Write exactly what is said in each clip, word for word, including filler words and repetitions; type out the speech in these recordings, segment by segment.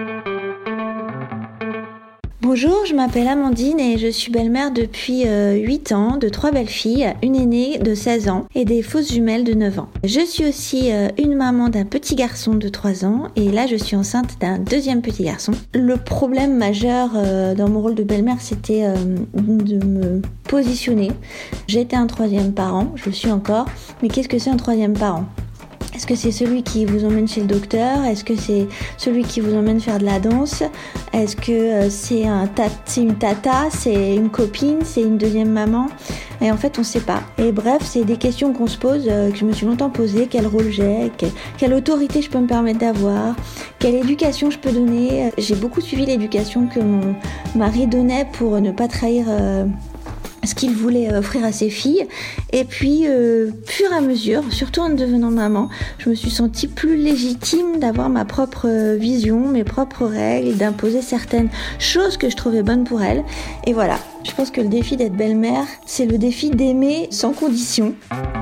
Bonjour, je m'appelle Amandine et je suis belle-mère depuis euh, huit ans, de trois belles filles, une aînée de seize ans et des fausses jumelles de neuf ans. Je suis aussi euh, une maman d'un petit garçon de trois ans et là je suis enceinte d'un deuxième petit garçon. Le problème majeur euh, dans mon rôle de belle-mère, c'était euh, de me positionner. J'étais un troisième parent, je le suis encore, mais qu'est-ce que c'est un troisième parent ? Est-ce que c'est celui qui vous emmène chez le docteur ? Est-ce que c'est celui qui vous emmène faire de la danse ? Est-ce que c'est, un ta- c'est une tata ? C'est une copine ? C'est une deuxième maman ? Et en fait, on ne sait pas. Et bref, c'est des questions qu'on se pose, euh, que je me suis longtemps posées. Quel rôle j'ai ? Quelle, quelle autorité je peux me permettre d'avoir ? Quelle éducation je peux donner ? J'ai beaucoup suivi l'éducation que mon mari donnait pour ne pas trahir... Euh, ce qu'il voulait offrir à ses filles. Et puis, euh, fur et à mesure, surtout en devenant maman, je me suis sentie plus légitime d'avoir ma propre vision, mes propres règles, d'imposer certaines choses que je trouvais bonnes pour elle. Et voilà, je pense que le défi d'être belle-mère, c'est le défi d'aimer sans condition.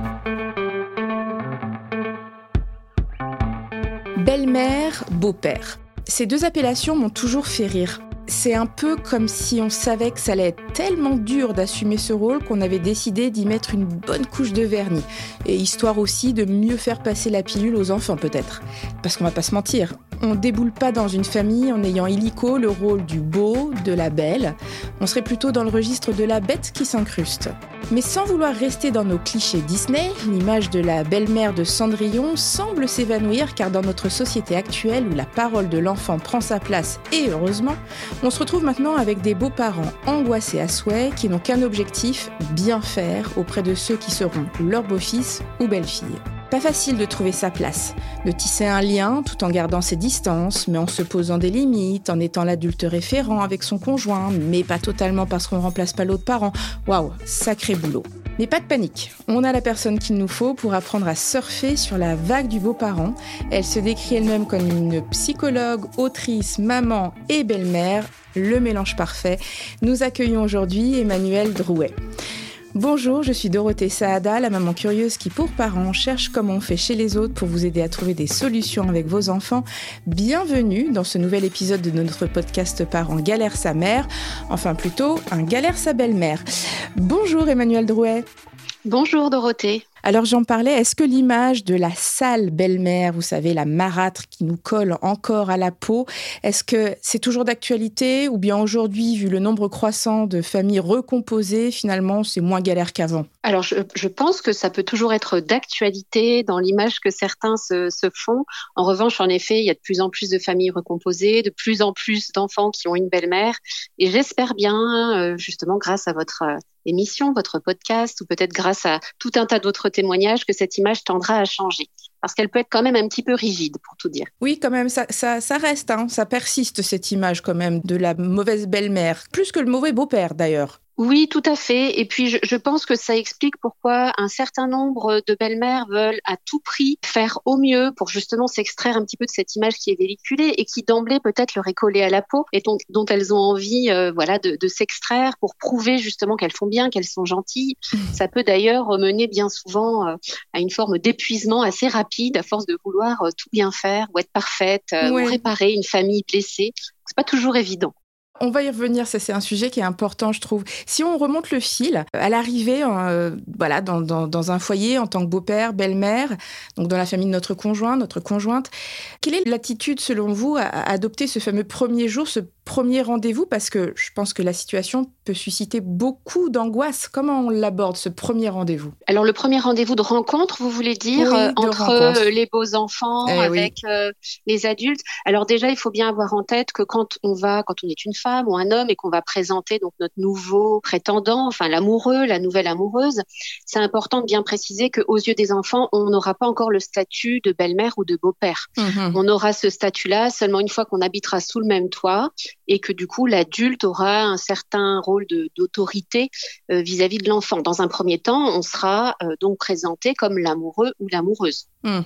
Belle-mère, beau-père. Ces deux appellations m'ont toujours fait rire. C'est un peu comme si on savait que ça allait être tellement dur d'assumer ce rôle qu'on avait décidé d'y mettre une bonne couche de vernis. Et histoire aussi de mieux faire passer la pilule aux enfants peut-être. Parce qu'on va pas se mentir, on déboule pas dans une famille en ayant illico le rôle du beau, de la belle. On serait plutôt dans le registre de la bête qui s'incruste. Mais sans vouloir rester dans nos clichés Disney, l'image de la belle-mère de Cendrillon semble s'évanouir car dans notre société actuelle où la parole de l'enfant prend sa place, et heureusement, on se retrouve maintenant avec des beaux-parents angoissés à souhait qui n'ont qu'un objectif, bien faire auprès de ceux qui seront leurs beaux-fils ou belles-filles. Pas facile de trouver sa place, de tisser un lien tout en gardant ses distances, mais en se posant des limites, en étant l'adulte référent avec son conjoint, mais pas totalement parce qu'on remplace pas l'autre parent. Waouh, sacré boulot. Mais pas de panique, on a la personne qu'il nous faut pour apprendre à surfer sur la vague du beau-parent. Elle se décrit elle-même comme une psychologue, autrice, maman et belle-mère, le mélange parfait. Nous accueillons aujourd'hui Emmanuelle Drouet. Bonjour, je suis Dorothée Saada, la maman curieuse qui, pour parents, cherche comment on fait chez les autres pour vous aider à trouver des solutions avec vos enfants. Bienvenue dans ce nouvel épisode de notre podcast Parents galère sa mère, enfin plutôt un galère sa belle-mère. Bonjour Emmanuelle Drouet. Bonjour Dorothée. Alors j'en parlais, est-ce que l'image de la sale belle-mère, vous savez, la marâtre qui nous colle encore à la peau, est-ce que c'est toujours d'actualité ou bien aujourd'hui, vu le nombre croissant de familles recomposées, finalement c'est moins galère qu'avant ? Alors je, je pense que ça peut toujours être d'actualité dans l'image que certains se, se font. En revanche, en effet, il y a de plus en plus de familles recomposées, de plus en plus d'enfants qui ont une belle-mère. Et j'espère bien, justement, grâce à votre émission, votre podcast, ou peut-être grâce à tout un tas d'autres témoignages, que cette image tendra à changer. Parce qu'elle peut être quand même un petit peu rigide, pour tout dire. Oui, quand même, ça, ça, ça reste, hein, ça persiste, cette image quand même de la mauvaise belle-mère. Plus que le mauvais beau-père, d'ailleurs. Oui, tout à fait. Et puis, je, je pense que ça explique pourquoi un certain nombre de belles-mères veulent à tout prix faire au mieux pour justement s'extraire un petit peu de cette image qui est véhiculée et qui d'emblée peut-être leur est collée à la peau et dont, dont elles ont envie euh, voilà, de, de s'extraire pour prouver justement qu'elles font bien, qu'elles sont gentilles. Ça peut d'ailleurs mener bien souvent euh, à une forme d'épuisement assez rapide à force de vouloir euh, tout bien faire ou être parfaite euh, ouais. ou réparer une famille blessée. C'est pas toujours évident. On va y revenir, ça c'est un sujet qui est important, je trouve. Si on remonte le fil, à l'arrivée, euh, voilà, dans, dans, dans un foyer en tant que beau-père, belle-mère, donc dans la famille de notre conjoint, notre conjointe, quelle est l'attitude selon vous à, à adopter ce fameux premier jour, ce premier rendez-vous ? Parce que je pense que la situation peut susciter beaucoup d'angoisse. Comment on l'aborde, ce premier rendez-vous ? Alors le premier rendez-vous de rencontre, vous voulez dire, oui, euh, entre rencontre. les beaux enfants, eh avec oui. euh, les adultes. Alors déjà, il faut bien avoir en tête que quand on va, quand on est une femme ou un homme et qu'on va présenter donc notre nouveau prétendant, enfin l'amoureux, la nouvelle amoureuse, c'est important de bien préciser qu'aux yeux des enfants, on n'aura pas encore le statut de belle-mère ou de beau-père. Mmh. On aura ce statut-là seulement une fois qu'on habitera sous le même toit et que du coup l'adulte aura un certain rôle de, d'autorité euh, vis-à-vis de l'enfant. Dans un premier temps, on sera euh, donc présenté comme l'amoureux ou l'amoureuse. Mmh.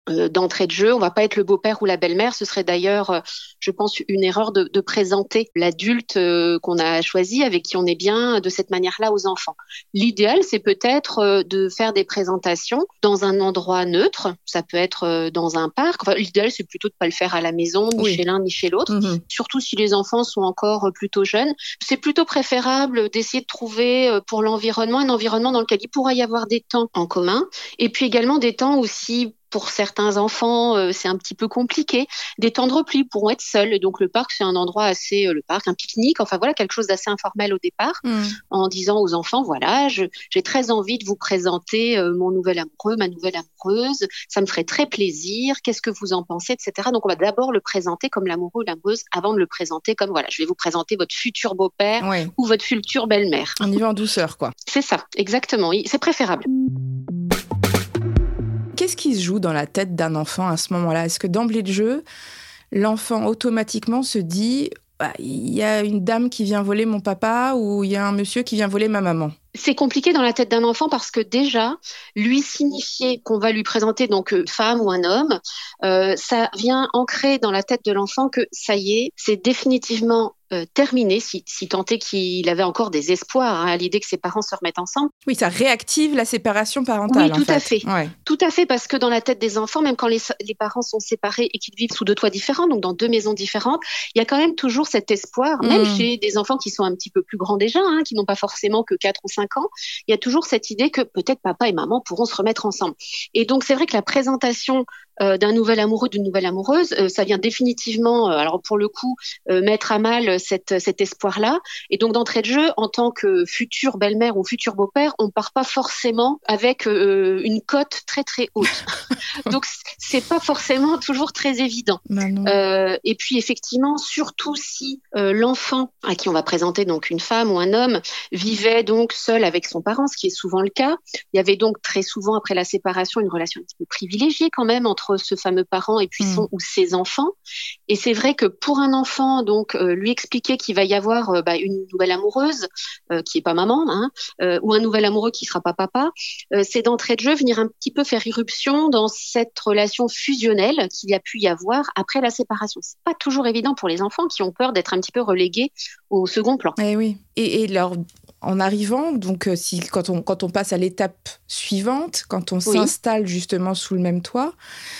euh, d'entrée de jeu. On va pas être le beau-père ou la belle-mère. Ce serait d'ailleurs, euh, je pense, une erreur de, de présenter l'adulte euh, qu'on a choisi, avec qui on est bien, de cette manière-là aux enfants. L'idéal, c'est peut-être euh, de faire des présentations dans un endroit neutre. Ça peut être euh, dans un parc. Enfin, l'idéal, c'est plutôt de pas le faire à la maison, ni Oui. chez l'un, ni chez l'autre. Mmh. Surtout si les enfants sont encore plutôt jeunes. C'est plutôt préférable d'essayer de trouver euh, pour l'environnement un environnement dans lequel il pourra y avoir des temps en commun, et puis également des temps aussi, pour certains enfants, euh, c'est un petit peu compliqué, des temps de repli pourront être seuls. Et donc le parc, c'est un endroit assez, euh, le parc, un pique-nique, enfin voilà, quelque chose d'assez informel au départ, Mmh. en disant aux enfants, voilà, je, j'ai très envie de vous présenter euh, mon nouvel amoureux, ma nouvelle amoureuse, ça me ferait très plaisir, qu'est-ce que vous en pensez, et cetera. Donc on va d'abord le présenter comme l'amoureux ou l'amoureuse avant de le présenter comme, voilà, je vais vous présenter votre futur beau-père Ouais. ou votre future belle-mère. On y va en douceur, quoi. C'est ça, exactement, oui, c'est préférable. Qu'est-ce qui se joue dans la tête d'un enfant à ce moment-là ? Est-ce que d'emblée de jeu, l'enfant automatiquement se dit bah, il y a une dame qui vient voler mon papa ou il y a un monsieur qui vient voler ma maman ? C'est compliqué dans la tête d'un enfant parce que déjà, lui signifier qu'on va lui présenter donc une femme ou un homme, euh, ça vient ancrer dans la tête de l'enfant que ça y est, c'est définitivement euh, terminé, si, si tant est qu'il avait encore des espoirs hein, à l'idée que ses parents se remettent ensemble. Oui, ça réactive la séparation parentale. Oui, tout en fait. à fait. Ouais. Tout à fait, parce que dans la tête des enfants, même quand les, les parents sont séparés et qu'ils vivent sous deux toits différents, donc dans deux maisons différentes, il y a quand même toujours cet espoir, même Mmh. chez des enfants qui sont un petit peu plus grands déjà, hein, qui n'ont pas forcément que quatre ou cinq ans, il y a toujours cette idée que peut-être papa et maman pourront se remettre ensemble. Et donc c'est vrai que la présentation euh, d'un nouvel amoureux, d'une nouvelle amoureuse, euh, ça vient définitivement, euh, alors pour le coup, euh, mettre à mal cette, cet espoir-là. Et donc d'entrée de jeu, en tant que future belle-mère ou futur beau-père, on part pas forcément avec euh, une cote très très haute. Donc c'est pas forcément toujours très évident. Bah non. Euh, et puis effectivement, surtout si euh, l'enfant à qui on va présenter donc une femme ou un homme vivait donc seul avec son parent, ce qui est souvent le cas. Il y avait donc très souvent après la séparation une relation un petit peu privilégiée quand même entre ce fameux parent et puis son mmh. ou ses enfants. Et c'est vrai que pour un enfant, donc euh, lui expliquer qu'il va y avoir euh, bah, une nouvelle amoureuse euh, qui est pas maman, hein, euh, ou un nouvel amoureux qui sera pas papa, euh, c'est d'entrée de jeu venir un petit peu faire irruption dans cette relation fusionnelle qu'il y a pu y avoir après la séparation. C'est pas toujours évident pour les enfants qui ont peur d'être un petit peu relégués au second plan. Eh oui. Et, et leur en arrivant, donc si, quand, on, quand on passe à l'étape suivante, quand on oui. s'installe justement sous le même toit,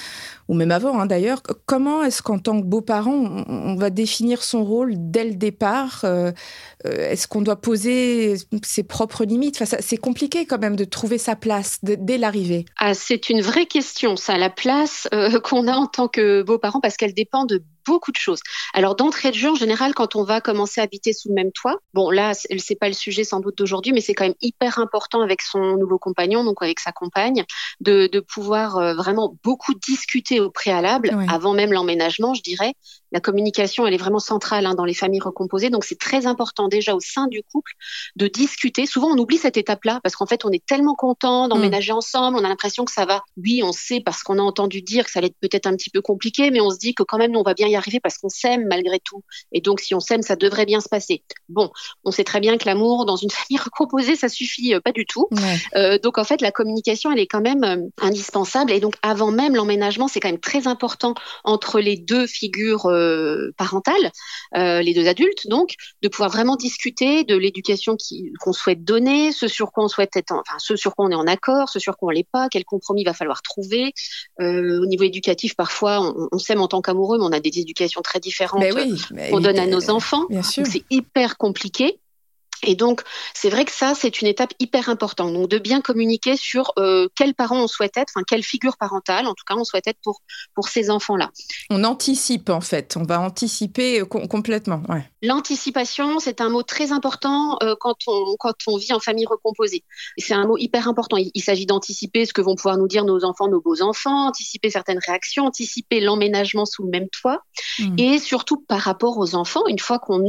ou même avant hein, d'ailleurs, comment est-ce qu'en tant que beau-parent, on, on va définir son rôle dès le départ euh, Est-ce qu'on doit poser ses propres limites enfin, ça, c'est compliqué quand même de trouver sa place de, dès l'arrivée. Ah, c'est une vraie question, ça, la place euh, qu'on a en tant que beau-parent, parce qu'elle dépend de beaucoup de choses. Alors, d'entrée de jeu, en général, quand on va commencer à habiter sous le même toit, bon, là, c'est, c'est pas le sujet sans doute d'aujourd'hui, mais c'est quand même hyper important avec son nouveau compagnon, donc avec sa compagne, de, de pouvoir euh, vraiment beaucoup discuter au préalable, oui. avant même l'emménagement, je dirais. La communication, elle est vraiment centrale hein, dans les familles recomposées, donc c'est très important déjà au sein du couple de discuter. Souvent, on oublie cette étape-là, parce qu'en fait, on est tellement content d'emménager mmh. ensemble, on a l'impression que ça va. Oui, on sait, parce qu'on a entendu dire que ça allait être peut-être un petit peu compliqué, mais on se dit que quand même, nous, on va bien y arriver parce qu'on s'aime malgré tout. Et donc, si on s'aime, ça devrait bien se passer. Bon, on sait très bien que l'amour dans une famille recomposée, ça suffit euh, pas du tout. Ouais. Euh, donc, en fait, la communication, elle est quand même euh, indispensable. Et donc, avant même l'emménagement, c'est quand même très important entre les deux figures euh, parentales, euh, les deux adultes, donc, de pouvoir vraiment discuter de l'éducation qui, qu'on souhaite donner, ce sur quoi on souhaite être, en, enfin, ce sur quoi on est en accord, ce sur quoi on l'est pas, quel compromis va falloir trouver. Euh, au niveau éducatif, parfois, on, on s'aime en tant qu'amoureux, mais on a des éducations très différentes oui, qu'on donne à nos enfants. Bien sûr. Donc, c'est hyper compliqué. Et donc, c'est vrai que ça, c'est une étape hyper importante. Donc, de bien communiquer sur euh, quels parents on souhaite être, enfin, quelle figure parentale, en tout cas, on souhaite être pour, pour ces enfants-là. On anticipe, en fait. On va anticiper com- complètement. Ouais. L'anticipation, c'est un mot très important euh, quand, on, quand on vit en famille recomposée. Et c'est un mot hyper important. Il, il s'agit d'anticiper ce que vont pouvoir nous dire nos enfants, nos beaux-enfants, anticiper certaines réactions, anticiper l'emménagement sous le même toit. Mmh. Et surtout, par rapport aux enfants, une fois qu'on est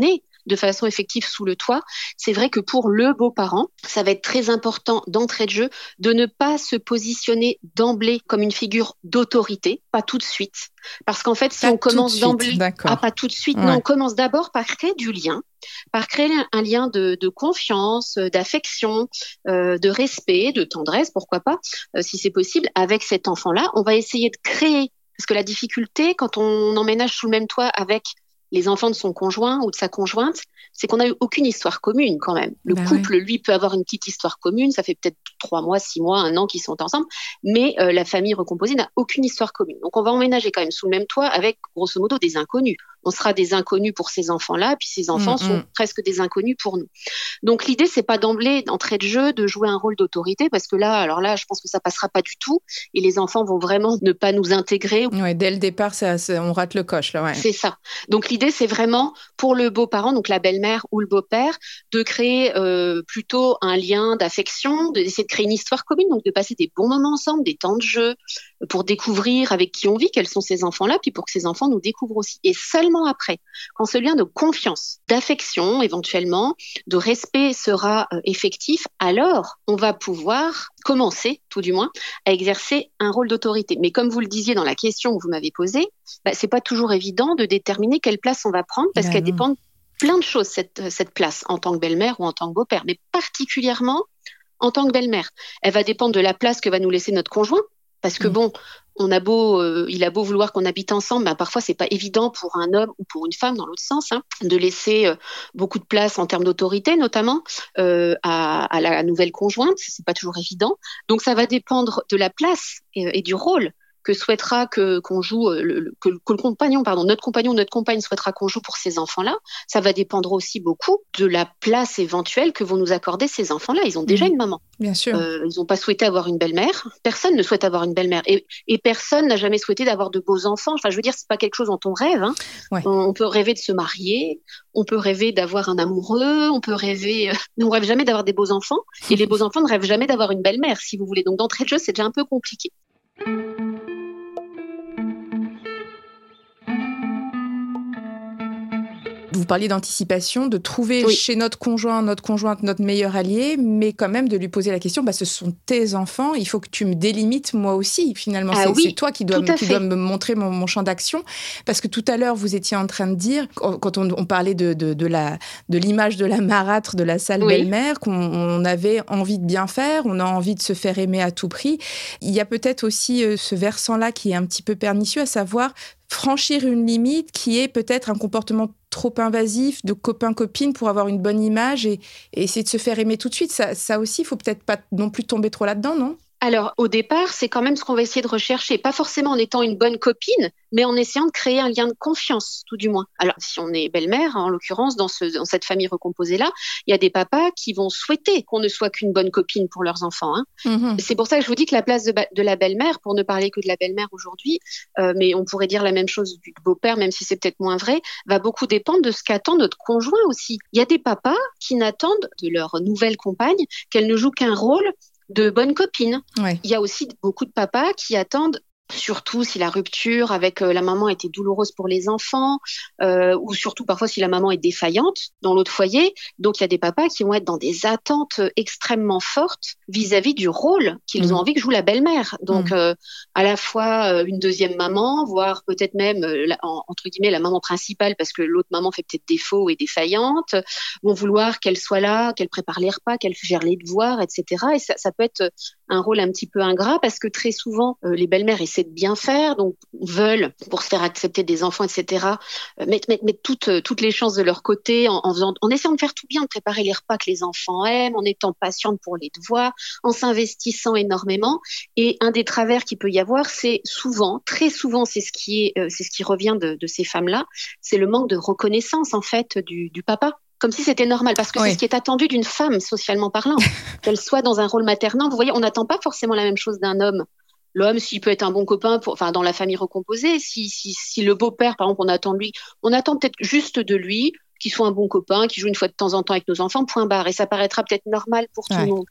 de façon effective sous le toit, c'est vrai que pour le beau-parent, ça va être très important d'entrée de jeu de ne pas se positionner d'emblée comme une figure d'autorité, pas tout de suite. Parce qu'en fait, si pas on commence d'emblée, d'accord. ah, pas tout de suite, ouais. non, on commence d'abord par créer du lien, par créer un lien de, de confiance, d'affection, euh, de respect, de tendresse, pourquoi pas, euh, si c'est possible, avec cet enfant-là. On va essayer de créer, parce que la difficulté, quand on emménage sous le même toit avec les enfants de son conjoint ou de sa conjointe, c'est qu'on n'a eu aucune histoire commune quand même. Le bah couple, ouais. lui, peut avoir une petite histoire commune, ça fait peut-être trois mois, six mois, un an qu'ils sont ensemble, mais euh, la famille recomposée n'a aucune histoire commune. Donc on va emménager quand même sous le même toit avec, grosso modo, des inconnus. On sera des inconnus pour ces enfants-là, puis ces enfants mmh, sont mmh. presque des inconnus pour nous. Donc l'idée, c'est pas d'emblée, d'entrée de jeu, de jouer un rôle d'autorité, parce que là, alors là, je pense que ça passera pas du tout, et les enfants vont vraiment ne pas nous intégrer. Ouais, dès le départ, ça, ça, on rate le coche, là, ouais. C'est ça. Donc l'idée, c'est vraiment pour le beau-parent, donc la belle-mère ou le beau-père, de créer euh, plutôt un lien d'affection, d'essayer de créer une histoire commune, donc de passer des bons moments ensemble, des temps de jeu, pour découvrir avec qui on vit, quels sont ces enfants-là, puis pour que ces enfants nous découvrent aussi. Et seulement après, quand ce lien de confiance, d'affection éventuellement, de respect sera euh, effectif, alors on va pouvoir commencer, tout du moins, à exercer un rôle d'autorité. Mais comme vous le disiez dans la question que vous m'avez posée, bah, c'est pas toujours évident de déterminer quelle place on va prendre, parce bah qu'elle non. dépend de plein de choses, cette, cette place, en tant que belle-mère ou en tant que beau-père, mais particulièrement en tant que belle-mère. Elle va dépendre de la place que va nous laisser notre conjoint, parce que mmh. bon, on a beau, euh, il a beau vouloir qu'on habite ensemble, ben parfois c'est pas évident pour un homme ou pour une femme dans l'autre sens, hein, de laisser euh, beaucoup de place en termes d'autorité, notamment euh, à, à la nouvelle conjointe. C'est pas toujours évident. Donc ça va dépendre de la place et, et du rôle que souhaitera que qu'on joue, le, que, que le compagnon, pardon, notre compagnon, notre compagne souhaitera qu'on joue pour ces enfants-là. Ça va dépendre aussi beaucoup de la place éventuelle que vont nous accorder ces enfants-là. Ils ont déjà mmh. une maman. Bien sûr. Euh, ils n'ont pas souhaité avoir une belle-mère. Personne ne souhaite avoir une belle-mère. Et, et personne n'a jamais souhaité d'avoir de beaux enfants. Enfin, je veux dire, c'est pas quelque chose dont on rêve. Hein. Ouais. On, on peut rêver de se marier, on peut rêver d'avoir un amoureux, on peut rêver... Euh, on rêve jamais d'avoir des beaux enfants. Et les beaux enfants ne rêvent jamais d'avoir une belle-mère, si vous voulez. Donc, d'entrée de jeu, c'est déjà un peu compliqué. Vous parliez d'anticipation, de trouver Oui. chez notre conjoint, notre conjointe, notre meilleur allié, mais quand même de lui poser la question, bah, ce sont tes enfants, il faut que tu me délimites moi aussi, finalement. Ah c'est, oui, c'est toi qui dois, tout à qui fait. dois me montrer mon, mon champ d'action. Parce que tout à l'heure, vous étiez en train de dire, quand on, on parlait de, de, de, la, de l'image de la marâtre, de la sale Oui. belle-mère, qu'on on avait envie de bien faire, on a envie de se faire aimer à tout prix. Il y a peut-être aussi euh, ce versant-là qui est un petit peu pernicieux, à savoir franchir une limite qui est peut-être un comportement trop invasif de copain-copine pour avoir une bonne image et, et essayer de se faire aimer tout de suite. Ça, ça aussi, il ne faut peut-être pas non plus tomber trop là-dedans, non ? Alors, au départ, c'est quand même ce qu'on va essayer de rechercher. Pas forcément en étant une bonne copine, mais en essayant de créer un lien de confiance, tout du moins. Alors, si on est belle-mère, en l'occurrence, dans, ce, dans cette famille recomposée-là, il y a des papas qui vont souhaiter qu'on ne soit qu'une bonne copine pour leurs enfants. Hein. Mmh. C'est pour ça que je vous dis que la place de, ba- de la belle-mère, pour ne parler que de la belle-mère aujourd'hui, euh, mais on pourrait dire la même chose du beau-père, même si c'est peut-être moins vrai, va beaucoup dépendre de ce qu'attend notre conjoint aussi. Il y a des papas qui n'attendent de leur nouvelle compagne qu'elle ne joue qu'un rôle de bonne copine. Ouais. Il y a aussi beaucoup de papas qui attendent, surtout si la rupture avec euh, la maman était douloureuse pour les enfants, euh, ou surtout parfois si la maman est défaillante dans l'autre foyer. Donc il y a des papas qui vont être dans des attentes extrêmement fortes vis-à-vis du rôle qu'ils Mmh. ont envie que joue la belle-mère. Donc Mmh. euh, à la fois euh, une deuxième maman, voire peut-être même euh, la, en, entre guillemets la maman principale, parce que l'autre maman fait peut-être défaut et défaillante, vont vouloir qu'elle soit là, qu'elle prépare les repas, qu'elle gère les devoirs, et cetera. Et ça, ça peut être un rôle un petit peu ingrat, parce que très souvent euh, les belles-mères essaient de bien faire, donc veulent, pour se faire accepter des enfants, et cetera, euh, mettre, mettre, mettre toutes, euh, toutes les chances de leur côté, en, en, faisant, en essayant de faire tout bien, de préparer les repas que les enfants aiment, en étant patiente pour les devoirs, en s'investissant énormément. Et un des travers qu'il peut y avoir, c'est souvent, très souvent, c'est ce qui, est, euh, c'est ce qui revient de, de ces femmes-là, c'est le manque de reconnaissance, en fait, du, du papa. Comme si c'était normal, parce que Oui. c'est ce qui est attendu d'une femme, socialement parlant, qu'elle soit dans un rôle maternant. Vous voyez, on n'attend pas forcément la même chose d'un homme. L'homme, s'il peut être un bon copain, pour, enfin, dans la famille recomposée, si, si, si le beau-père, par exemple, on attend de lui, on attend peut-être juste de lui qu'il soit un bon copain, qu'il joue une fois de temps en temps avec nos enfants, point barre. Et ça paraîtra peut-être normal pour tout Ouais. le monde.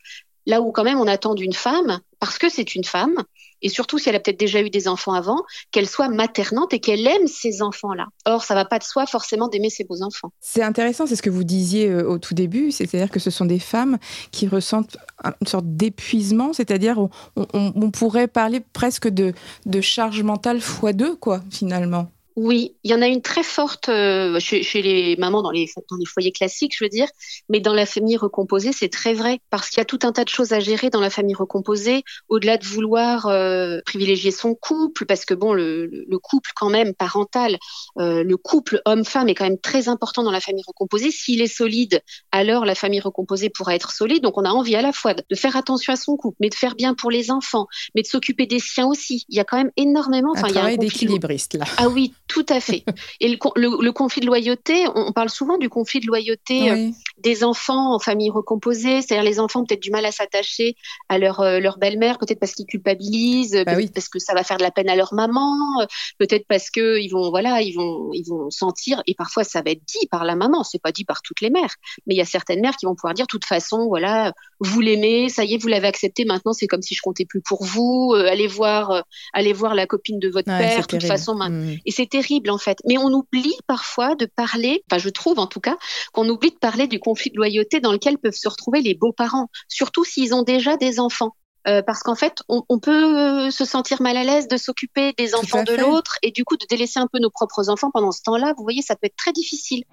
Là où quand même on attend d'une femme, parce que c'est une femme, et surtout si elle a peut-être déjà eu des enfants avant, qu'elle soit maternante et qu'elle aime ces enfants-là. Or, ça va pas de soi forcément d'aimer ses beaux-enfants. C'est intéressant, c'est ce que vous disiez euh, au tout début, c'est-à-dire que ce sont des femmes qui ressentent une sorte d'épuisement, c'est-à-dire on, on, on pourrait parler presque de, de charge mentale fois deux, quoi, finalement. Oui, il y en a une très forte euh, chez, chez les mamans dans les, dans les foyers classiques, je veux dire, mais dans la famille recomposée, c'est très vrai, parce qu'il y a tout un tas de choses à gérer dans la famille recomposée, au-delà de vouloir euh, privilégier son couple, parce que bon, le, le couple quand même parental, euh, le couple homme-femme est quand même très important dans la famille recomposée. S'il est solide, alors la famille recomposée pourra être solide. Donc on a envie à la fois de faire attention à son couple, mais de faire bien pour les enfants, mais de s'occuper des siens aussi. Il y a quand même énormément... Un travail d'équilibriste, là. Ah oui, tout à fait. Et le, le, le conflit de loyauté, on parle souvent du conflit de loyauté oui. euh, des enfants en famille recomposée, c'est-à-dire les enfants ont peut-être du mal à s'attacher à leur, euh, leur belle-mère, peut-être parce qu'ils culpabilisent, bah peut-être oui. parce que ça va faire de la peine à leur maman, euh, peut-être parce que ils vont, voilà, ils vont, ils vont sentir, et parfois ça va être dit par la maman, c'est pas dit par toutes les mères, mais il y a certaines mères qui vont pouvoir dire, de toute façon, voilà, vous l'aimez, ça y est, vous l'avez accepté, maintenant c'est comme si je comptais plus pour vous, euh, allez voir, euh, allez voir la copine de votre ouais, père, de toute façon, mmh. et c'est terrible en fait. Mais on oublie parfois de parler, enfin je trouve en tout cas, qu'on oublie de parler du conflit de loyauté dans lequel peuvent se retrouver les beaux-parents, surtout s'ils ont déjà des enfants. Euh, parce qu'en fait, on, on peut se sentir mal à l'aise de s'occuper des enfants de l'autre et du coup de délaisser un peu nos propres enfants pendant ce temps-là. Vous voyez, ça peut être très difficile.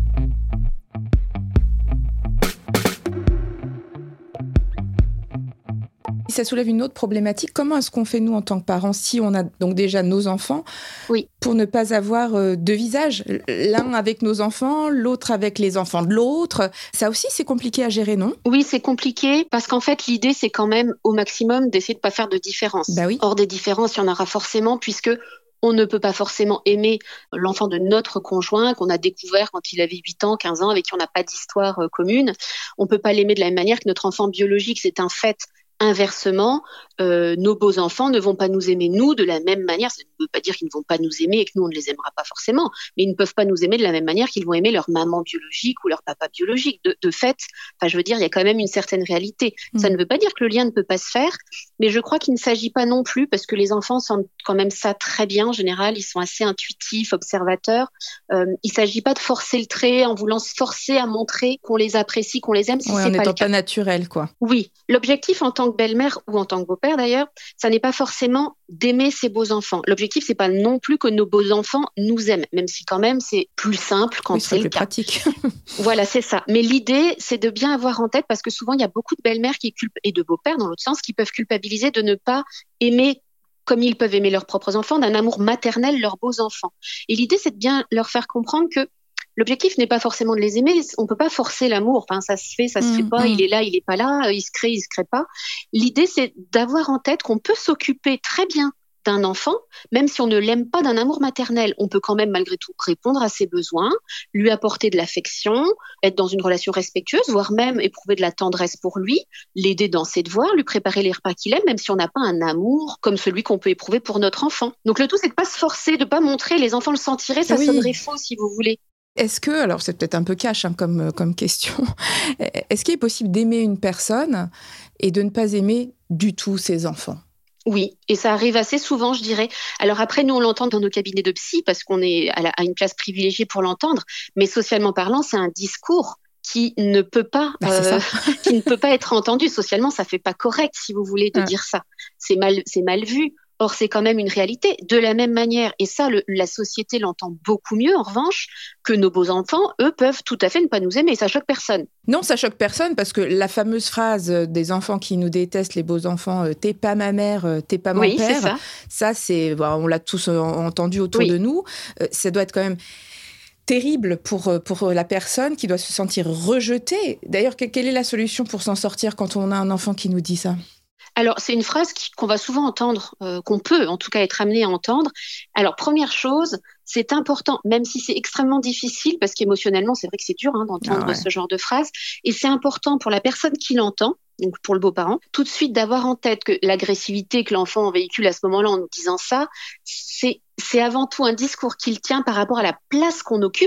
Ça soulève une autre problématique. Comment est-ce qu'on fait, nous, en tant que parents, si on a donc déjà nos enfants, oui. pour ne pas avoir euh, deux visages, l'un avec nos enfants, l'autre avec les enfants de l'autre? Ça aussi, c'est compliqué à gérer, non? Oui, c'est compliqué parce qu'en fait, l'idée, c'est quand même au maximum d'essayer de ne pas faire de différence. Bah oui. Or, des différences, il y en aura forcément puisque on ne peut pas forcément aimer l'enfant de notre conjoint qu'on a découvert quand il avait huit ans, quinze ans, avec qui on n'a pas d'histoire euh, commune. On ne peut pas l'aimer de la même manière que notre enfant biologique, c'est un fait. Inversement, euh, nos beaux-enfants ne vont pas nous aimer, nous, de la même manière. Ça ne veut pas dire qu'ils ne vont pas nous aimer et que nous, on ne les aimera pas forcément, mais ils ne peuvent pas nous aimer de la même manière qu'ils vont aimer leur maman biologique ou leur papa biologique. De, de fait, enfin, je veux dire, il y a quand même une certaine réalité. Mmh. Ça ne veut pas dire que le lien ne peut pas se faire, mais je crois qu'il ne s'agit pas non plus, parce que les enfants sentent quand même ça très bien, en général, ils sont assez intuitifs, observateurs. Euh, il ne s'agit pas de forcer le trait en voulant se forcer à montrer qu'on les apprécie, qu'on les aime, si ouais, c'est pas le cas. En étant pas naturel, quoi. Oui, l'objectif en tant que belle-mère ou en tant que beau-père d'ailleurs, ça n'est pas forcément d'aimer ses beaux-enfants. L'objectif, c'est pas non plus que nos beaux-enfants nous aiment, même si quand même c'est plus simple quand oui, c'est plus le cas. Pratique. Voilà, c'est ça. Mais l'idée, c'est de bien avoir en tête, parce que souvent il y a beaucoup de belles-mères qui culp- et de beaux-pères dans l'autre sens qui peuvent culpabiliser de ne pas aimer comme ils peuvent aimer leurs propres enfants, d'un amour maternel leurs beaux-enfants. Et l'idée, c'est de bien leur faire comprendre que l'objectif n'est pas forcément de les aimer, on peut pas forcer l'amour, enfin, ça se fait, ça se mmh, fait pas, mmh. il est là, il est pas là, il se crée, il se crée pas. L'idée, c'est d'avoir en tête qu'on peut s'occuper très bien d'un enfant, même si on ne l'aime pas d'un amour maternel. On peut quand même malgré tout répondre à ses besoins, lui apporter de l'affection, être dans une relation respectueuse, voire même éprouver de la tendresse pour lui, l'aider dans ses devoirs, lui préparer les repas qu'il aime, même si on n'a pas un amour comme celui qu'on peut éprouver pour notre enfant. Donc le tout, c'est de pas se forcer, de pas montrer, les enfants le sentiraient, ça oui. sonnerait faux si vous voulez. Est-ce que, alors c'est peut-être un peu cash hein, comme, comme question, est-ce qu'il est possible d'aimer une personne et de ne pas aimer du tout ses enfants ? Oui, et ça arrive assez souvent, je dirais. Alors après, nous, on l'entend dans nos cabinets de psy parce qu'on est à, la, à une place privilégiée pour l'entendre, mais socialement parlant, c'est un discours qui ne peut pas, bah, euh, qui ne peut pas être entendu. Socialement, ça fait pas correct, si vous voulez, de ouais. dire ça. C'est mal, c'est mal vu. Or, c'est quand même une réalité. De la même manière, et ça, le, la société l'entend beaucoup mieux, en revanche, que nos beaux-enfants, eux, peuvent tout à fait ne pas nous aimer. Ça choque personne. Non, ça choque personne, parce que la fameuse phrase des enfants qui nous détestent, les beaux-enfants, euh, « t'es pas ma mère, euh, t'es pas mon oui, père », ça, ça c'est, bon, on l'a tous entendu autour oui. de nous. Euh, ça doit être quand même terrible pour, pour la personne qui doit se sentir rejetée. D'ailleurs, quelle est la solution pour s'en sortir quand on a un enfant qui nous dit ça ? Alors, c'est une phrase qui, qu'on va souvent entendre, euh, qu'on peut en tout cas être amené à entendre. Alors, première chose, c'est important, même si c'est extrêmement difficile, parce qu'émotionnellement, c'est vrai que c'est dur hein, d'entendre ah ouais. ce genre de phrase, et c'est important pour la personne qui l'entend, donc pour le beau-parent, tout de suite d'avoir en tête que l'agressivité que l'enfant véhicule à ce moment-là en nous disant ça, c'est, c'est avant tout un discours qu'il tient par rapport à la place qu'on occupe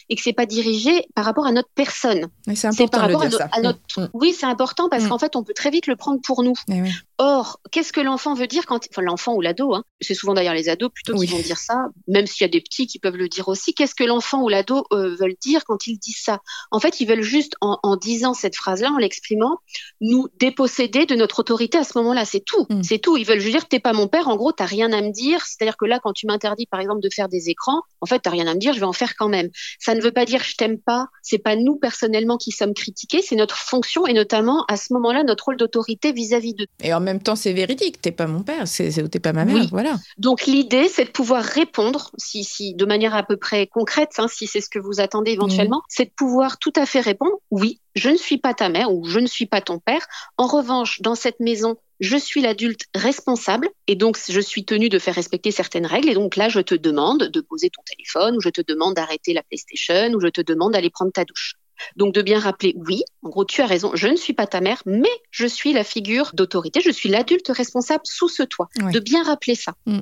et que c'est pas dirigé par rapport à notre personne. Mais c'est important c'est par de le rapport dire à, no- ça. à notre. Mmh. Oui, c'est important parce Mmh. qu'en fait, on peut très vite le prendre pour nous. Eh oui. Or, qu'est-ce que l'enfant veut dire quand, enfin l'enfant ou l'ado, hein, c'est souvent d'ailleurs les ados plutôt Oui. qui vont dire ça, même s'il y a des petits qui peuvent le dire aussi. Qu'est-ce que l'enfant ou l'ado euh, veulent dire quand ils disent ça ? En fait, ils veulent juste, en, en disant cette phrase-là, en l'exprimant, nous déposséder de notre autorité à ce moment-là. C'est tout, Mm. c'est tout. Ils veulent juste dire, t'es pas mon père. En gros, t'as rien à me dire. C'est-à-dire que là, quand tu m'interdis, par exemple, de faire des écrans, en fait, t'as rien à me dire. Je vais en faire quand même. Ça ne veut pas dire je t'aime pas. C'est pas nous personnellement qui sommes critiqués. C'est notre fonction et notamment à ce moment-là notre rôle d'autorité vis-à-vis de. Et en même temps, c'est véridique. T'es pas mon père, c'est, c'est, t'es pas ma mère, Oui. voilà. Donc l'idée, c'est de pouvoir répondre, si, si de manière à peu près concrète, hein, si c'est ce que vous attendez éventuellement, mmh. c'est de pouvoir tout à fait répondre, oui, je ne suis pas ta mère ou je ne suis pas ton père. En revanche, dans cette maison, je suis l'adulte responsable et donc je suis tenue de faire respecter certaines règles. Et donc là, je te demande de poser ton téléphone ou je te demande d'arrêter la PlayStation ou je te demande d'aller prendre ta douche. Donc de bien rappeler, oui, en gros, tu as raison, je ne suis pas ta mère, mais je suis la figure d'autorité, je suis l'adulte responsable sous ce toit. Ouais. De bien rappeler ça. Mmh.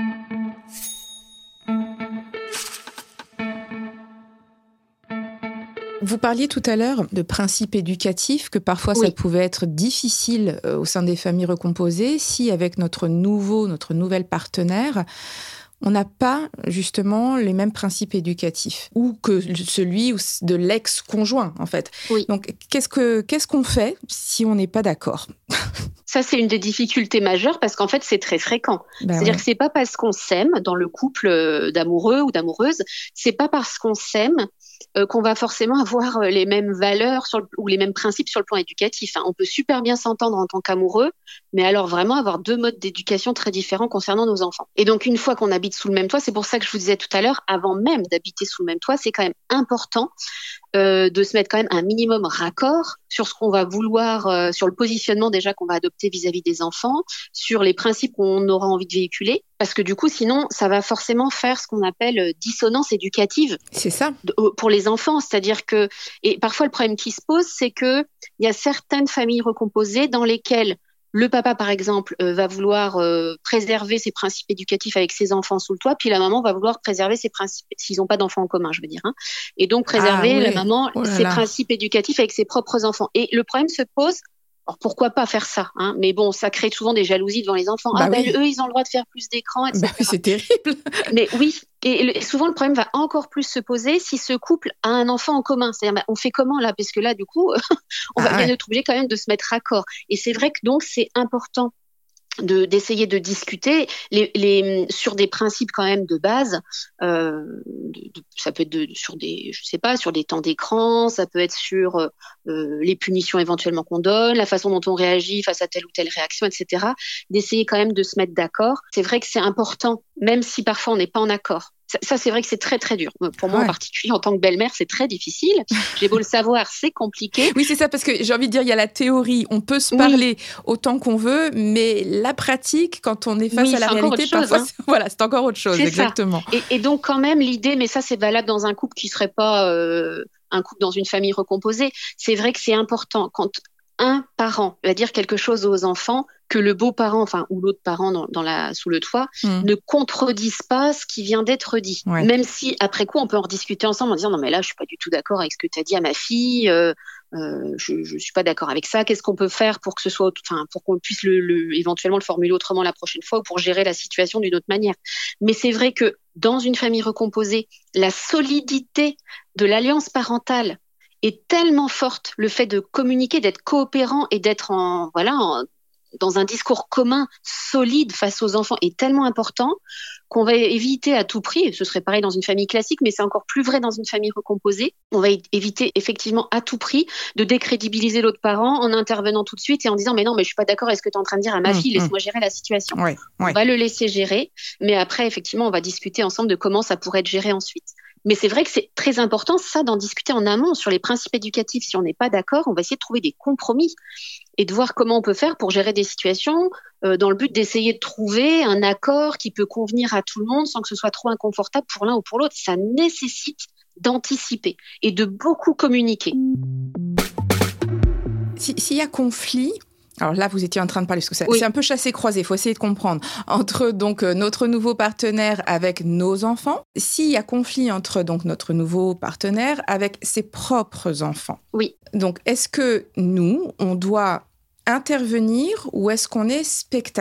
Vous parliez tout à l'heure de principes éducatifs, que parfois oui. ça pouvait être difficile au sein des familles recomposées si avec notre nouveau, notre nouvelle partenaire, on n'a pas justement les mêmes principes éducatifs ou que celui de l'ex-conjoint en fait. Oui. Donc qu'est-ce que qu'est-ce qu'on fait si on n'est pas d'accord ? Ça, c'est une des difficultés majeures parce qu'en fait, c'est très fréquent. Ben C'est-à-dire ouais. que c'est pas parce qu'on s'aime dans le couple d'amoureux ou d'amoureuses, c'est pas parce qu'on s'aime euh, qu'on va forcément avoir les mêmes valeurs sur le, ou les mêmes principes sur le plan éducatif. Hein. On peut super bien s'entendre en tant qu'amoureux, mais alors vraiment avoir deux modes d'éducation très différents concernant nos enfants. Et donc, une fois qu'on habite sous le même toit, c'est pour ça que je vous disais tout à l'heure, avant même d'habiter sous le même toit, c'est quand même important Euh, de se mettre quand même un minimum raccord sur ce qu'on va vouloir, euh, sur le positionnement déjà qu'on va adopter vis-à-vis des enfants, sur les principes qu'on aura envie de véhiculer, parce que du coup, sinon, ça va forcément faire ce qu'on appelle dissonance éducative. C'est ça. De, pour les enfants, c'est-à-dire que, et parfois le problème qui se pose, c'est que il y a certaines familles recomposées dans lesquelles le papa, par exemple, euh, va vouloir euh, préserver ses principes éducatifs avec ses enfants sous le toit, puis la maman va vouloir préserver ses principes, s'ils n'ont pas d'enfants en commun, je veux dire, hein, et donc préserver, ah, oui. la maman, oh ses là. principes éducatifs avec ses propres enfants. Et le problème se pose, alors pourquoi pas faire ça, hein, mais bon, ça crée souvent des jalousies devant les enfants. Bah ah oui. ben eux, ils ont le droit de faire plus d'écrans, et cetera. Bah oui, c'est terrible. Mais oui, et, et souvent le problème va encore plus se poser si ce couple a un enfant en commun. C'est-à-dire, bah, on fait comment là ? Parce que là, du coup, on ah, va bien ouais. être obligé quand même de se mettre raccord. Et c'est vrai que donc c'est important de d'essayer de discuter les, les sur des principes quand même de base. Euh, de, de, ça peut être de, sur des, je sais pas, sur des temps d'écran, ça peut être sur euh, les punitions éventuellement qu'on donne, la façon dont on réagit face à telle ou telle réaction, et cetera. D'essayer quand même de se mettre d'accord. C'est vrai que c'est important, même si parfois on n'est pas en accord. Ça, ça, c'est vrai que c'est très, très dur. Pour moi, ouais. en particulier, en tant que belle-mère, c'est très difficile. J'ai beau le savoir, c'est compliqué. Oui, c'est ça, parce que j'ai envie de dire, il y a la théorie, on peut se parler oui. autant qu'on veut, mais la pratique, quand on est face oui, à la réalité, chose, parfois, hein. c'est, voilà, c'est encore autre chose, c'est exactement. Et, et donc, quand même, l'idée, mais ça, c'est valable dans un couple qui ne serait pas euh, un couple dans une famille recomposée, c'est vrai que c'est important quand un parent va dire quelque chose aux enfants, que le beau-parent, enfin, ou l'autre parent dans, dans la, sous le toit, mmh. ne contredise pas ce qui vient d'être dit. Ouais. Même si, après coup, on peut en rediscuter ensemble en disant « Non, mais là, je suis pas du tout d'accord avec ce que tu as dit à ma fille, euh, euh, je, je suis pas d'accord avec ça. Qu'est-ce qu'on peut faire pour que ce soit, enfin, pour qu'on puisse le, le, éventuellement le formuler autrement la prochaine fois ou pour gérer la situation d'une autre manière. » Mais c'est vrai que dans une famille recomposée, la solidité de l'alliance parentale est tellement forte, le fait de communiquer, d'être coopérant et d'être en, voilà, en, dans un discours commun solide face aux enfants est tellement important qu'on va éviter à tout prix, et ce serait pareil dans une famille classique, mais c'est encore plus vrai dans une famille recomposée, on va éviter effectivement à tout prix de décrédibiliser l'autre parent en intervenant tout de suite et en disant « mais non, mais je suis pas d'accord avec ce que tu es en train de dire à ma mmh, fille, laisse-moi mmh. gérer la situation ouais, ». On ouais. va le laisser gérer, mais après effectivement on va discuter ensemble de comment ça pourrait être géré ensuite. Mais c'est vrai que c'est très important, ça, d'en discuter en amont sur les principes éducatifs. Si on n'est pas d'accord, on va essayer de trouver des compromis et de voir comment on peut faire pour gérer des situations euh, dans le but d'essayer de trouver un accord qui peut convenir à tout le monde sans que ce soit trop inconfortable pour l'un ou pour l'autre. Ça nécessite d'anticiper et de beaucoup communiquer. Si, s'il y a conflit, Alors là, vous étiez en train de parler, parce que c'est, oui. c'est un peu chassé-croisé, il faut essayer de comprendre, entre donc euh, notre nouveau partenaire avec nos enfants, s'il y a conflit entre donc notre nouveau partenaire avec ses propres enfants. Oui. Donc, est-ce que nous, on doit intervenir ou est-ce qu'on est spectateur ?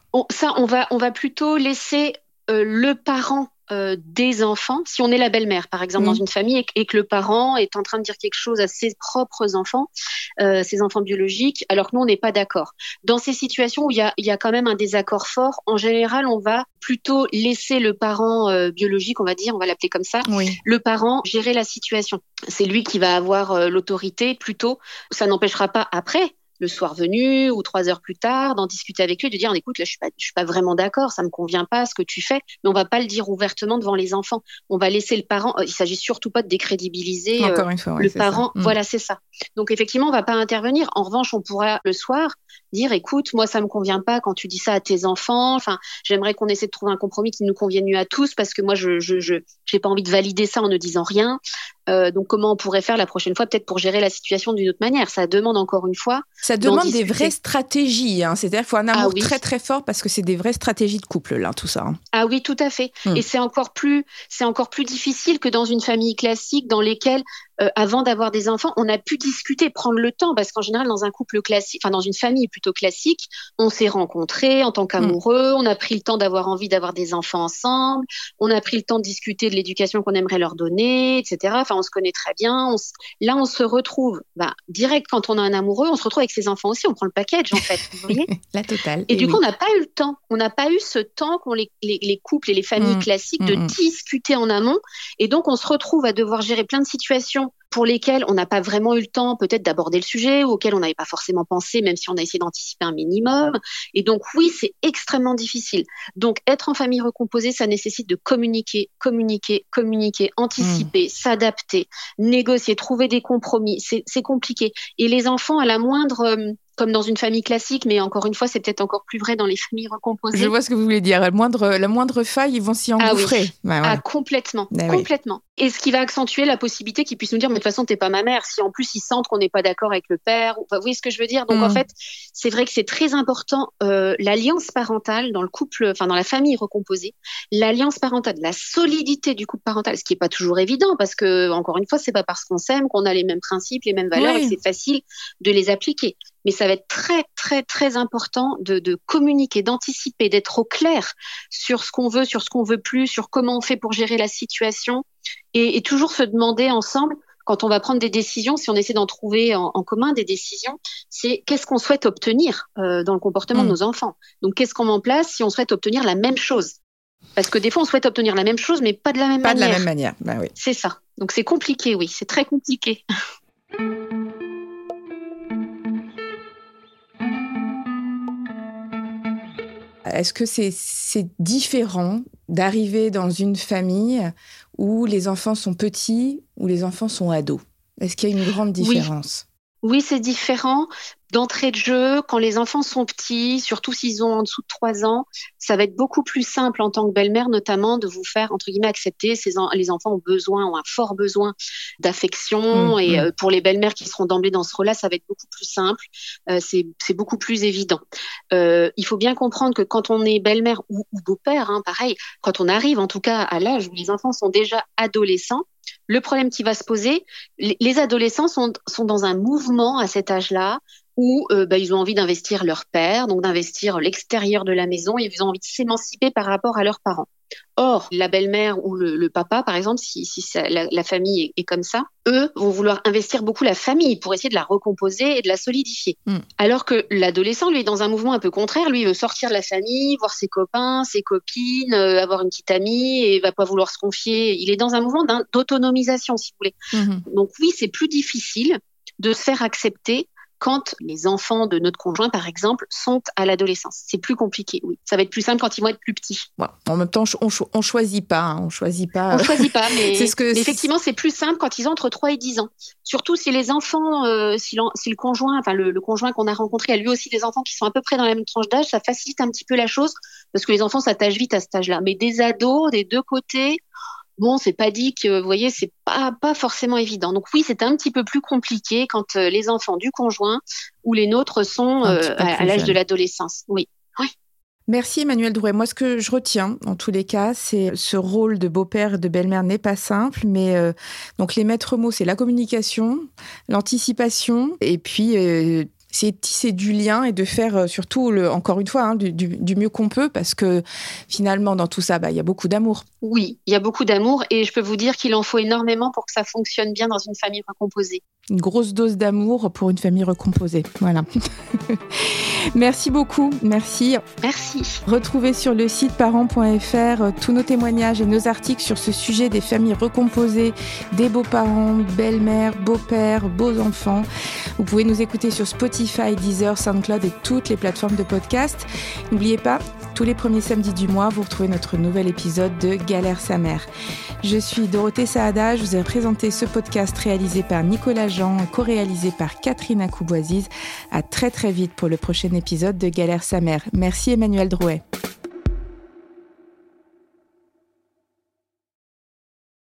on, Ça, on va, on va plutôt laisser euh, le parent Euh, des enfants, si on est la belle-mère, par exemple, mmh. dans une famille, et, et que le parent est en train de dire quelque chose à ses propres enfants, euh, ses enfants biologiques, alors que nous, on n'est pas d'accord. Dans ces situations où il y a, y a quand même un désaccord fort, en général, on va plutôt laisser le parent euh, biologique, on va dire, on va l'appeler comme ça, oui. le parent gérer la situation. C'est lui qui va avoir euh, l'autorité plutôt. Ça n'empêchera pas après, le soir venu ou trois heures plus tard, d'en discuter avec lui, de dire « écoute, là, je suis pas, je suis pas vraiment d'accord, ça me convient pas ce que tu fais », mais on va pas le dire ouvertement devant les enfants. On va laisser le parent, il s'agit surtout pas de décrédibiliser Encore une fois, ouais, le c'est parent. Ça. Mmh. Voilà, c'est ça. Donc effectivement, on va pas intervenir. En revanche, on pourra le soir dire « écoute, moi, ça me convient pas quand tu dis ça à tes enfants. Enfin, j'aimerais qu'on essaie de trouver un compromis qui nous convienne mieux à tous parce que moi, je, je, je, j'ai pas envie de valider ça en ne disant rien. Euh, donc, comment on pourrait faire la prochaine fois, peut-être pour gérer la situation d'une autre manière. Ça demande encore une fois. Ça demande des vraies stratégies. Hein. C'est-à-dire qu'il faut un amour ah, oui. très très fort parce que c'est des vraies stratégies de couple là, tout ça. Hein. Ah oui, tout à fait. Mmh. Et c'est encore plus, c'est encore plus difficile que dans une famille classique dans lesquelles, euh, avant d'avoir des enfants, on a pu discuter, prendre le temps, parce qu'en général, dans un couple classique, enfin dans une famille plutôt classique, on s'est rencontrés en tant qu'amoureux, mmh. on a pris le temps d'avoir envie d'avoir des enfants ensemble, on a pris le temps de discuter de l'éducation qu'on aimerait leur donner, et cetera. Enfin, on se connaît très bien. On s... Là, on se retrouve, bah, direct quand on a un amoureux, on se retrouve avec ses enfants aussi. On prend le package, en fait. Vous voyez ? La totale. Et, et du oui. coup, on n'a pas eu le temps. On n'a pas eu ce temps qu'ont les, les, les couples et les familles mmh. classiques de mmh. discuter en amont. Et donc, on se retrouve à devoir gérer plein de situations pour lesquelles on n'a pas vraiment eu le temps peut-être d'aborder le sujet ou auxquelles on n'avait pas forcément pensé, même si on a essayé d'anticiper un minimum. Et donc, oui, c'est extrêmement difficile. Donc, être en famille recomposée, ça nécessite de communiquer, communiquer, communiquer, anticiper, mmh. s'adapter, négocier, trouver des compromis. C'est, c'est compliqué. Et les enfants, à la moindre... Euh, comme dans une famille classique, mais encore une fois, c'est peut-être encore plus vrai dans les familles recomposées. Je vois ce que vous voulez dire. La moindre, la moindre faille, ils vont s'y engouffrer. Ah oui, bah, ouais. ah, complètement, bah, complètement. Oui. Et ce qui va accentuer la possibilité qu'ils puissent nous dire, mais de toute façon, t'es pas ma mère. Si en plus ils sentent qu'on n'est pas d'accord avec le père, enfin, vous voyez ce que je veux dire. Donc mmh. en fait, c'est vrai que c'est très important euh, l'alliance parentale dans le couple, enfin dans la famille recomposée, l'alliance parentale, la solidité du couple parental, ce qui est pas toujours évident parce que encore une fois, c'est pas parce qu'on s'aime qu'on a les mêmes principes, les mêmes valeurs oui. et que c'est facile de les appliquer. Mais ça va être très, très, très important de, de communiquer, d'anticiper, d'être au clair sur ce qu'on veut, sur ce qu'on veut plus, sur comment on fait pour gérer la situation et, et toujours se demander ensemble, quand on va prendre des décisions, si on essaie d'en trouver en, en commun des décisions, c'est qu'est-ce qu'on souhaite obtenir euh, dans le comportement mmh. de nos enfants. Donc, qu'est-ce qu'on met en place si on souhaite obtenir la même chose ? Parce que des fois, on souhaite obtenir la même chose, mais pas de la même pas manière. Pas de la même manière, bah oui. C'est ça. Donc, c'est compliqué, oui, c'est très compliqué. Est-ce que c'est, c'est différent d'arriver dans une famille où les enfants sont petits, où les enfants sont ados ? Est-ce qu'il y a une grande différence ? Oui, oui, c'est différent. D'entrée de jeu, quand les enfants sont petits, surtout s'ils ont en dessous de trois ans, ça va être beaucoup plus simple en tant que belle-mère, notamment, de vous faire, entre guillemets, accepter. Ces en- les enfants ont besoin, ont un fort besoin d'affection. Mmh, et mmh. Euh, pour les belles-mères qui seront d'emblée dans ce rôle-là, ça va être beaucoup plus simple. Euh, c'est, c'est beaucoup plus évident. Euh, il faut bien comprendre que quand on est belle-mère ou, ou beau-père, hein, pareil, quand on arrive en tout cas à l'âge où les enfants sont déjà adolescents, le problème qui va se poser, les, les adolescents sont, sont dans un mouvement à cet âge-là où euh, bah, ils ont envie d'investir leur père, donc d'investir l'extérieur de la maison, et ils ont envie de s'émanciper par rapport à leurs parents. Or, la belle-mère ou le, le papa, par exemple, si, si ça, la, la famille est, est comme ça, eux vont vouloir investir beaucoup la famille pour essayer de la recomposer et de la solidifier. Mm. Alors que l'adolescent, lui, est dans un mouvement un peu contraire. Lui, il veut sortir de la famille, voir ses copains, ses copines, euh, avoir une petite amie et va pas vouloir se confier. Il est dans un mouvement d'autonomisation, si vous voulez. Mm-hmm. Donc oui, c'est plus difficile de se faire accepter quand les enfants de notre conjoint, par exemple, sont à l'adolescence. C'est plus compliqué, oui. Ça va être plus simple quand ils vont être plus petits. Ouais. En même temps, on cho- on choisit pas, hein. on choisit pas. On choisit pas, mais, c'est ce que mais effectivement, c'est plus simple quand ils ont entre trois et dix ans. Surtout si les enfants, euh, si, si le conjoint, enfin le, le conjoint qu'on a rencontré a lui aussi des enfants qui sont à peu près dans la même tranche d'âge, ça facilite un petit peu la chose parce que les enfants s'attachent vite à cet âge-là. Mais des ados, des deux côtés, bon, c'est pas dit que, vous voyez, c'est pas, pas forcément évident. Donc oui, c'est un petit peu plus compliqué quand euh, les enfants du conjoint ou les nôtres sont euh, à, à l'âge jeune. de l'adolescence. Oui. oui. Merci Emmanuelle Drouet. Moi, ce que je retiens, en tous les cas, c'est ce rôle de beau-père et de belle-mère n'est pas simple, mais euh, donc les maîtres mots, c'est la communication, l'anticipation, et puis euh, c'est de tisser du lien et de faire euh, surtout, le, encore une fois, hein, du, du, du mieux qu'on peut, parce que finalement, dans tout ça, bah, y a beaucoup d'amour. Oui, il y a beaucoup d'amour, et je peux vous dire qu'il en faut énormément pour que ça fonctionne bien dans une famille recomposée. Une grosse dose d'amour pour une famille recomposée. Voilà. Merci beaucoup. Merci. Merci. Retrouvez sur le site parents point f r tous nos témoignages et nos articles sur ce sujet des familles recomposées, des beaux-parents, belles-mères, beaux-pères, beaux-enfants. Vous pouvez nous écouter sur Spotify, Deezer, SoundCloud et toutes les plateformes de podcast. N'oubliez pas, tous les premiers samedis du mois, vous retrouvez notre nouvel épisode de Galère sa mère. Je suis Dorothée Saada, je vous ai présenté ce podcast réalisé par Nicolas Jean, co-réalisé par Catherine Acouboisiz. À très très vite pour le prochain épisode de Galère sa mère. Merci Emmanuelle Drouet.